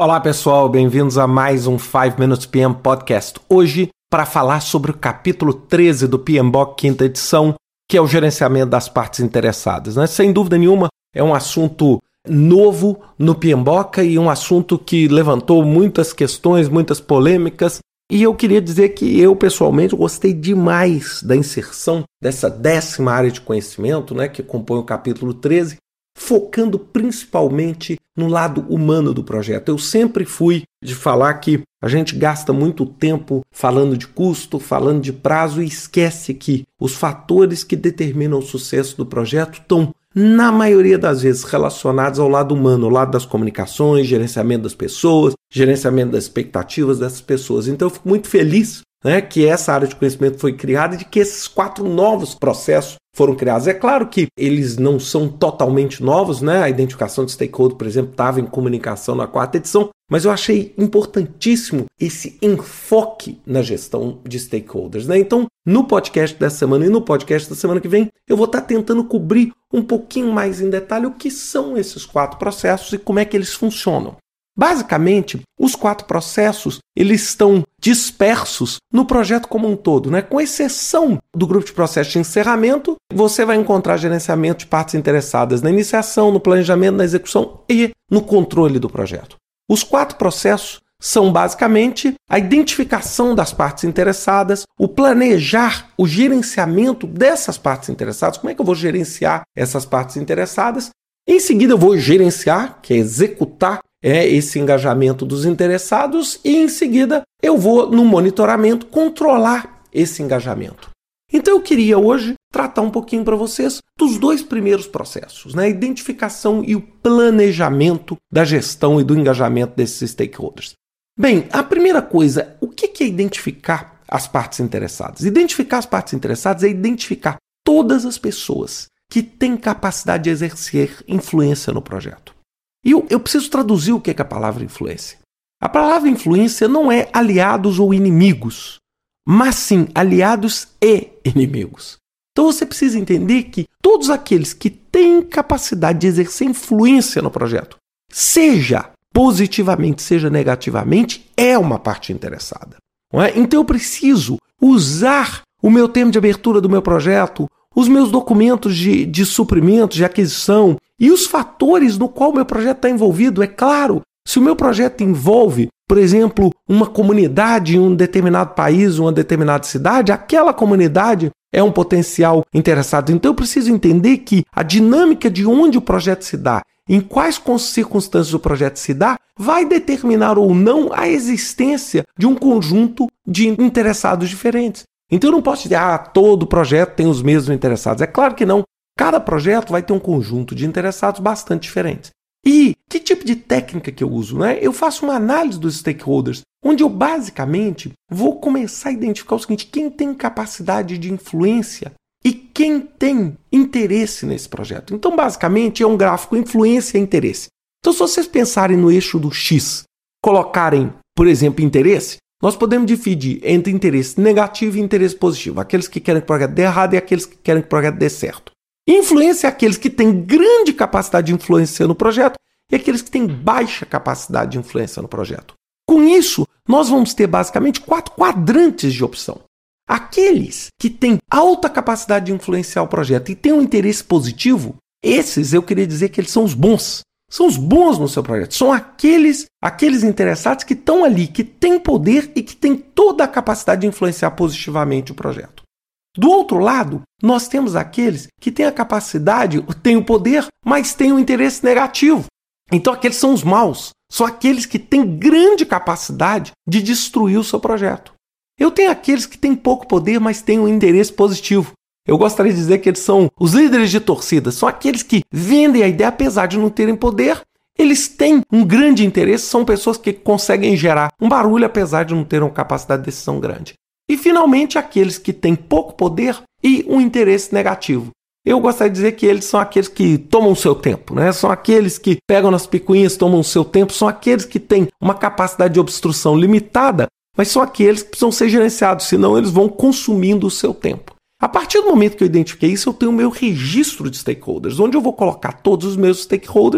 Olá pessoal, bem-vindos a mais um 5 Minutes PM Podcast. Hoje, para falar sobre o capítulo 13 do PMBOK, quinta edição, que é o gerenciamento das partes interessadas. Sem dúvida nenhuma, é um assunto novo no PMBOK e um assunto que levantou muitas questões, muitas polêmicas. E eu queria dizer que eu, pessoalmente, gostei demais da inserção dessa 10ª área de conhecimento, que compõe o capítulo 13, focando principalmente no lado humano do projeto. Eu sempre fui de falar que a gente gasta muito tempo falando de custo, falando de prazo e esquece que os fatores que determinam o sucesso do projeto estão, na maioria das vezes, relacionados ao lado humano, ao lado das comunicações, gerenciamento das pessoas, gerenciamento das expectativas dessas pessoas. Então eu fico muito feliz que essa área de conhecimento foi criada e de que esses 4 novos processos foram criados. É claro que eles não são totalmente novos, A identificação de stakeholder, por exemplo, estava em comunicação na 4ª edição, mas eu achei importantíssimo esse enfoque na gestão de stakeholders, Então, no podcast dessa semana e no podcast da semana que vem, eu vou estar tentando cobrir um pouquinho mais em detalhe o que são esses 4 processos e como é que eles funcionam. Basicamente, os 4 processos eles estão dispersos no projeto como um todo, Com exceção do grupo de processo de encerramento, você vai encontrar gerenciamento de partes interessadas na iniciação, no planejamento, na execução e no controle do projeto. Os 4 processos são basicamente a identificação das partes interessadas, o planejar, o gerenciamento dessas partes interessadas, como é que eu vou gerenciar essas partes interessadas. Em seguida eu vou gerenciar, que é executar esse engajamento dos interessados e em seguida eu vou no monitoramento controlar esse engajamento. Então eu queria hoje tratar um pouquinho para vocês dos 2 primeiros processos, a identificação e o planejamento da gestão e do engajamento desses stakeholders. Bem, a primeira coisa, o que é identificar as partes interessadas? Identificar as partes interessadas é identificar todas as pessoas que têm capacidade de exercer influência no projeto. E eu preciso traduzir o que é a palavra influência. A palavra influência não é aliados ou inimigos, mas sim aliados e inimigos. Então você precisa entender que todos aqueles que têm capacidade de exercer influência no projeto, seja positivamente, seja negativamente, é uma parte interessada. Então eu preciso usar o meu termo de abertura do meu projeto, os meus documentos de suprimento, de aquisição e os fatores no qual o meu projeto está envolvido. É claro, se o meu projeto envolve, por exemplo, uma comunidade em um determinado país, uma determinada cidade, aquela comunidade é um potencial interessado. Então eu preciso entender que a dinâmica de onde o projeto se dá, em quais circunstâncias o projeto se dá, vai determinar ou não a existência de um conjunto de interessados diferentes. Então eu não posso dizer, todo projeto tem os mesmos interessados. É claro que não. Cada projeto vai ter um conjunto de interessados bastante diferentes. E que tipo de técnica que eu uso? Eu faço uma análise dos stakeholders, onde eu basicamente vou começar a identificar o seguinte, quem tem capacidade de influência e quem tem interesse nesse projeto. Então, basicamente, é um gráfico influência e interesse. Então, se vocês pensarem no eixo do X, colocarem, por exemplo, interesse, nós podemos dividir entre interesse negativo e interesse positivo. Aqueles que querem que o projeto dê errado e aqueles que querem que o projeto dê certo. Influência é aqueles que têm grande capacidade de influência no projeto e aqueles que têm baixa capacidade de influência no projeto. Com isso, nós vamos ter basicamente 4 quadrantes de opção. Aqueles que têm alta capacidade de influenciar o projeto e têm um interesse positivo, esses eu queria dizer que eles são os bons. São os bons no seu projeto. São aqueles interessados que estão ali, que têm poder e que têm toda a capacidade de influenciar positivamente o projeto. Do outro lado, nós temos aqueles que têm a capacidade, têm o poder, mas têm um interesse negativo. Então aqueles são os maus. São aqueles que têm grande capacidade de destruir o seu projeto. Eu tenho aqueles que têm pouco poder, mas têm um interesse positivo. Eu gostaria de dizer que eles são os líderes de torcida, são aqueles que vendem a ideia, apesar de não terem poder, eles têm um grande interesse, são pessoas que conseguem gerar um barulho, apesar de não terem uma capacidade de decisão grande. E, finalmente, aqueles que têm pouco poder e um interesse negativo. Eu gostaria de dizer que eles são aqueles que tomam o seu tempo, São aqueles que pegam nas picuinhas, tomam o seu tempo, são aqueles que têm uma capacidade de obstrução limitada, mas são aqueles que precisam ser gerenciados, senão eles vão consumindo o seu tempo. A partir do momento que eu identifiquei isso, eu tenho o meu registro de stakeholders, onde eu vou colocar todos os meus stakeholders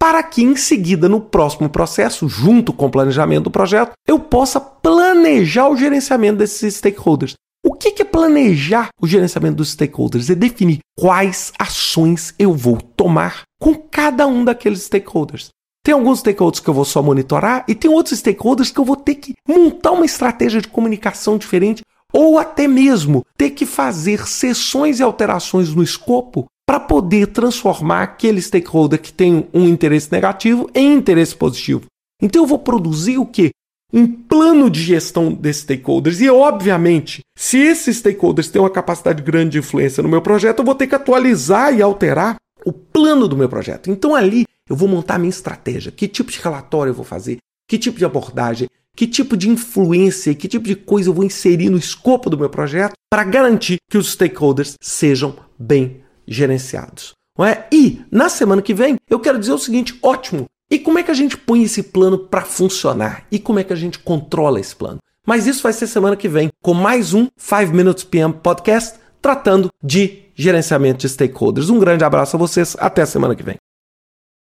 para que em seguida, no próximo processo, junto com o planejamento do projeto, eu possa planejar o gerenciamento desses stakeholders. O que é planejar o gerenciamento dos stakeholders? É definir quais ações eu vou tomar com cada um daqueles stakeholders. Tem alguns stakeholders que eu vou só monitorar e tem outros stakeholders que eu vou ter que montar uma estratégia de comunicação diferente ou até mesmo ter que fazer sessões e alterações no escopo para poder transformar aquele stakeholder que tem um interesse negativo em interesse positivo. Então eu vou produzir o quê? Um plano de gestão desses stakeholders. E, obviamente, se esses stakeholders têm uma capacidade grande de influência no meu projeto, eu vou ter que atualizar e alterar o plano do meu projeto. Então, ali, eu vou montar a minha estratégia. Que tipo de relatório eu vou fazer? Que tipo de abordagem? Que tipo de influência? Que tipo de coisa eu vou inserir no escopo do meu projeto para garantir que os stakeholders sejam bem gerenciados. Não é? E, na semana que vem, eu quero dizer o seguinte, ótimo! E como é que a gente põe esse plano para funcionar? E como é que a gente controla esse plano? Mas isso vai ser semana que vem, com mais um 5 Minutes PM Podcast, tratando de gerenciamento de stakeholders. Um grande abraço a vocês, até a semana que vem.